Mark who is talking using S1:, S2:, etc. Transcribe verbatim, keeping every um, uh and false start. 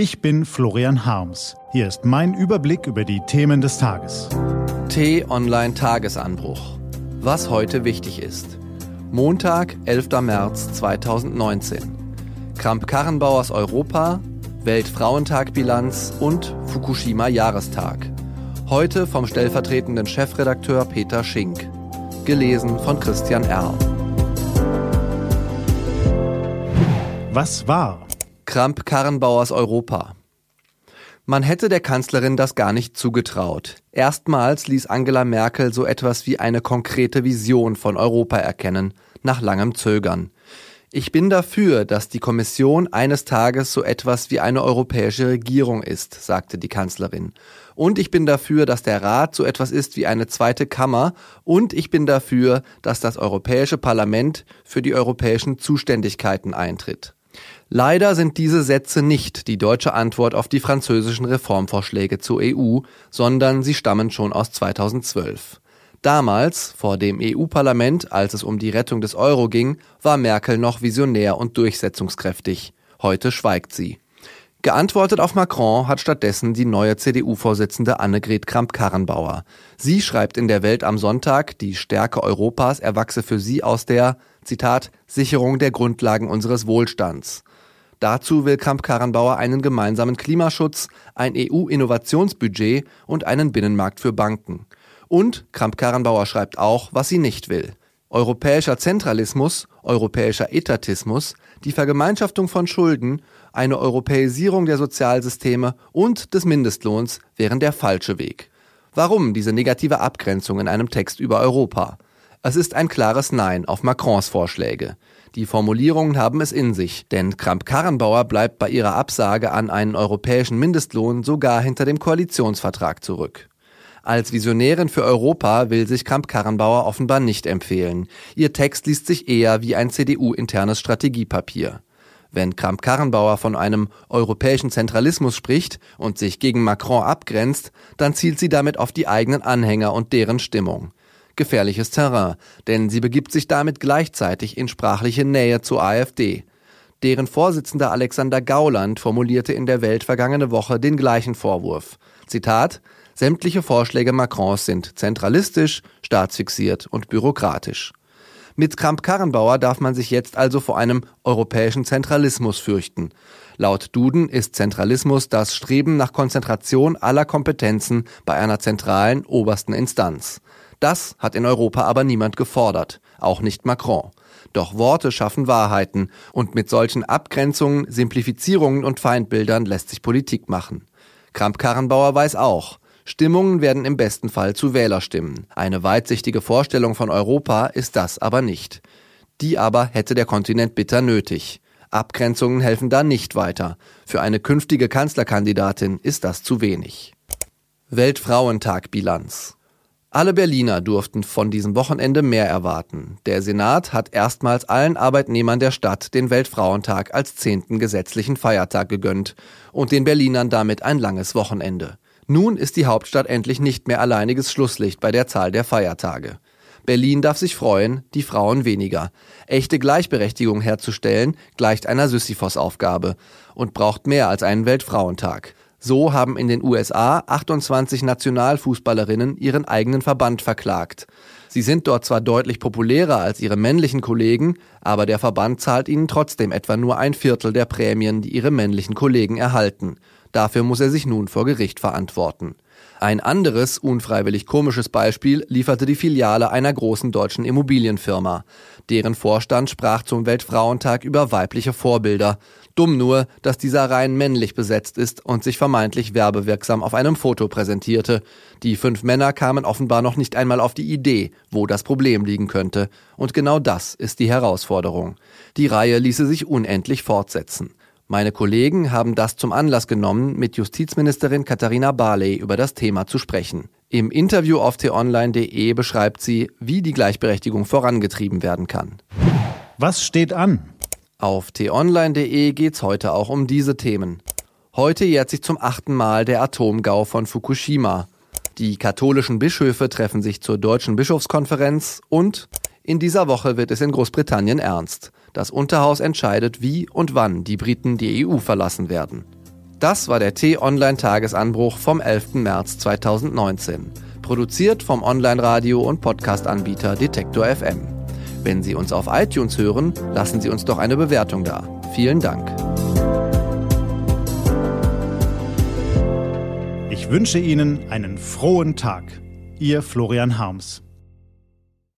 S1: Ich bin Florian Harms. Hier ist mein Überblick über die Themen des Tages.
S2: T-Online-Tagesanbruch. Was heute wichtig ist. Montag, elfter März zweitausendneunzehn. Kramp-Karrenbauers Europa, Weltfrauentag-Bilanz und Fukushima-Jahrestag. Heute vom stellvertretenden Chefredakteur Peter Schink. Gelesen von Christian Erl.
S1: Was war?
S2: Kramp-Karrenbauers Europa. Man hätte der Kanzlerin das gar nicht zugetraut. Erstmals ließ Angela Merkel so etwas wie eine konkrete Vision von Europa erkennen, nach langem Zögern. Ich bin dafür, dass die Kommission eines Tages so etwas wie eine europäische Regierung ist, sagte die Kanzlerin. Und ich bin dafür, dass der Rat so etwas ist wie eine zweite Kammer. Und ich bin dafür, dass das Europäische Parlament für die europäischen Zuständigkeiten eintritt. Leider sind diese Sätze nicht die deutsche Antwort auf die französischen Reformvorschläge zur E U, sondern sie stammen schon aus zweitausendzwölf. Damals, vor dem E U-Parlament, als es um die Rettung des Euro ging, war Merkel noch visionär und durchsetzungskräftig. Heute schweigt sie. Geantwortet auf Macron hat stattdessen die neue C D U-Vorsitzende Annegret Kramp-Karrenbauer. Sie schreibt in der Welt am Sonntag, die Stärke Europas erwachse für sie aus der, Zitat, Sicherung der Grundlagen unseres Wohlstands. Dazu will Kramp-Karrenbauer einen gemeinsamen Klimaschutz, ein E U-Innovationsbudget und einen Binnenmarkt für Banken. Und Kramp-Karrenbauer schreibt auch, was sie nicht will. Europäischer Zentralismus, europäischer Etatismus, die Vergemeinschaftung von Schulden, eine Europäisierung der Sozialsysteme und des Mindestlohns wären der falsche Weg. Warum diese negative Abgrenzung in einem Text über Europa? Es ist ein klares Nein auf Macrons Vorschläge. Die Formulierungen haben es in sich, denn Kramp-Karrenbauer bleibt bei ihrer Absage an einen europäischen Mindestlohn sogar hinter dem Koalitionsvertrag zurück. Als Visionärin für Europa will sich Kramp-Karrenbauer offenbar nicht empfehlen. Ihr Text liest sich eher wie ein C D U-internes Strategiepapier. Wenn Kramp-Karrenbauer von einem europäischen Zentralismus spricht und sich gegen Macron abgrenzt, dann zielt sie damit auf die eigenen Anhänger und deren Stimmung. Gefährliches Terrain, denn sie begibt sich damit gleichzeitig in sprachliche Nähe zur AfD. Deren Vorsitzender Alexander Gauland formulierte in der Welt vergangene Woche den gleichen Vorwurf. Zitat: Sämtliche Vorschläge Macrons sind zentralistisch, staatsfixiert und bürokratisch. Mit Kramp-Karrenbauer darf man sich jetzt also vor einem europäischen Zentralismus fürchten. Laut Duden ist Zentralismus das Streben nach Konzentration aller Kompetenzen bei einer zentralen, obersten Instanz. Das hat in Europa aber niemand gefordert, auch nicht Macron. Doch Worte schaffen Wahrheiten und mit solchen Abgrenzungen, Simplifizierungen und Feindbildern lässt sich Politik machen. Kramp-Karrenbauer weiß auch, Stimmungen werden im besten Fall zu Wählerstimmen. Eine weitsichtige Vorstellung von Europa ist das aber nicht. Die aber hätte der Kontinent bitter nötig. Abgrenzungen helfen da nicht weiter. Für eine künftige Kanzlerkandidatin ist das zu wenig. Weltfrauentag-Bilanz. Alle Berliner durften von diesem Wochenende mehr erwarten. Der Senat hat erstmals allen Arbeitnehmern der Stadt den Weltfrauentag als zehnten gesetzlichen Feiertag gegönnt und den Berlinern damit ein langes Wochenende. Nun ist die Hauptstadt endlich nicht mehr alleiniges Schlusslicht bei der Zahl der Feiertage. Berlin darf sich freuen, die Frauen weniger. Echte Gleichberechtigung herzustellen gleicht einer Sisyphos-Aufgabe und braucht mehr als einen Weltfrauentag. So haben in den U S A achtundzwanzig Nationalfußballerinnen ihren eigenen Verband verklagt. Sie sind dort zwar deutlich populärer als ihre männlichen Kollegen, aber der Verband zahlt ihnen trotzdem etwa nur ein Viertel der Prämien, die ihre männlichen Kollegen erhalten. Dafür muss er sich nun vor Gericht verantworten. Ein anderes, unfreiwillig komisches Beispiel lieferte die Filiale einer großen deutschen Immobilienfirma. Deren Vorstand sprach zum Weltfrauentag über weibliche Vorbilder. Dumm nur, dass dieser rein männlich besetzt ist und sich vermeintlich werbewirksam auf einem Foto präsentierte. Die fünf Männer kamen offenbar noch nicht einmal auf die Idee, wo das Problem liegen könnte. Und genau das ist die Herausforderung. Die Reihe ließe sich unendlich fortsetzen. Meine Kollegen haben das zum Anlass genommen, mit Justizministerin Katharina Barley über das Thema zu sprechen. Im Interview auf t online punkt de beschreibt sie, wie die Gleichberechtigung vorangetrieben werden kann.
S1: Was steht an?
S2: Auf t online punkt de geht's heute auch um diese Themen. Heute jährt sich zum achten Mal der Atomgau von Fukushima. Die katholischen Bischöfe treffen sich zur Deutschen Bischofskonferenz und in dieser Woche wird es in Großbritannien ernst. Das Unterhaus entscheidet, wie und wann die Briten die E U verlassen werden. Das war der T-Online-Tagesanbruch vom elften März zweitausendneunzehn. Produziert vom Online-Radio- und Podcast-Anbieter Detektor F M. Wenn Sie uns auf iTunes hören, lassen Sie uns doch eine Bewertung da. Vielen Dank.
S1: Ich wünsche Ihnen einen frohen Tag. Ihr Florian Harms.